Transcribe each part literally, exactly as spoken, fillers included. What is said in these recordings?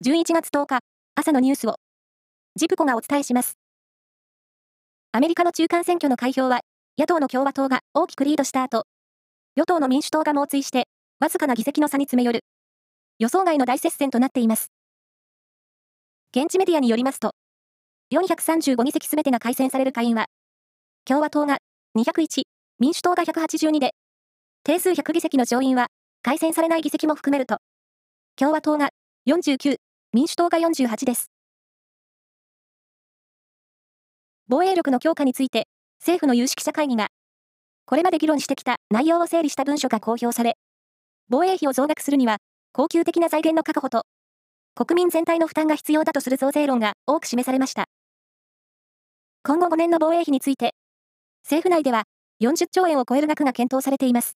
じゅういちがつとおか、朝のニュースを、ジプコがお伝えします。アメリカの中間選挙の開票は、野党の共和党が大きくリードした後、与党の民主党が猛追して、わずかな議席の差に詰め寄る。予想外の大接戦となっています。現地メディアによりますと、よんひゃくさんじゅうごぎせきすべてが改選される下院は、共和党がにひゃくいち、民主党がひゃくはちじゅうにで、定数ひゃくぎせきの上院は、改選されない議席も含めると、共和党がよんじゅうきゅう、民主党がよんじゅうはちです。防衛力の強化について、政府の有識者会議が、これまで議論してきた内容を整理した文書が公表され、防衛費を増額するには、恒久的な財源の確保と、国民全体の負担が必要だとする増税論が多く示されました。今後ごねんの防衛費について、政府内ではよんじゅっちょうえんを超える額が検討されています。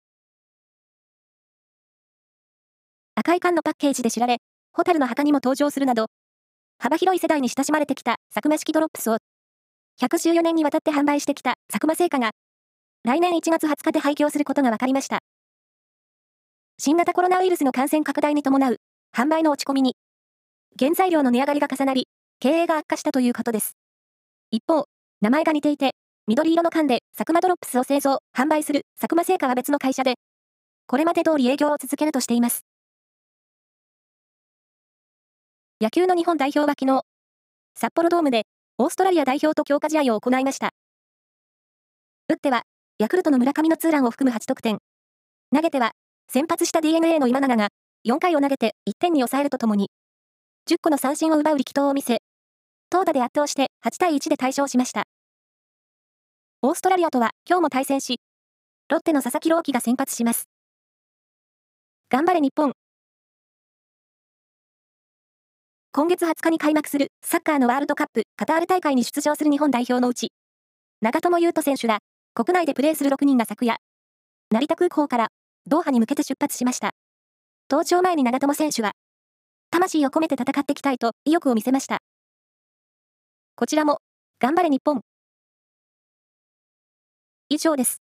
赤い缶のパッケージで知られ、ホタルの墓にも登場するなど、幅広い世代に親しまれてきた佐久間式ドロップスを、ひゃくじゅうよねんにわたって販売してきた佐久間製菓が、来年いちがつはつかで廃業することが分かりました。新型コロナウイルスの感染拡大に伴う販売の落ち込みに、原材料の値上がりが重なり、経営が悪化したということです。一方、名前が似ていて、緑色の缶で佐久間ドロップスを製造、販売する佐久間製菓は別の会社で、これまで通り営業を続けるとしています。野球の日本代表は昨日、札幌ドームでオーストラリア代表と強化試合を行いました。打っては、ヤクルトの村上のツーランを含むはちとくてん。投げては、先発した ディーエヌエー の今永がよんかいを投げていってんに抑えるとともに、じゅっこの三振を奪う力投を見せ、投打で圧倒してはちたいいちで大勝しました。オーストラリアとは今日も対戦し、ロッテの佐々木朗希が先発します。頑張れ日本。今月はつかに開幕するサッカーのワールドカップカタール大会に出場する日本代表のうち、長友佑都選手ら国内でプレーするろくにんが昨夜、成田空港からドーハに向けて出発しました。登場前に長友選手は、魂を込めて戦っていきたいと意欲を見せました。こちらも、頑張れ日本。以上です。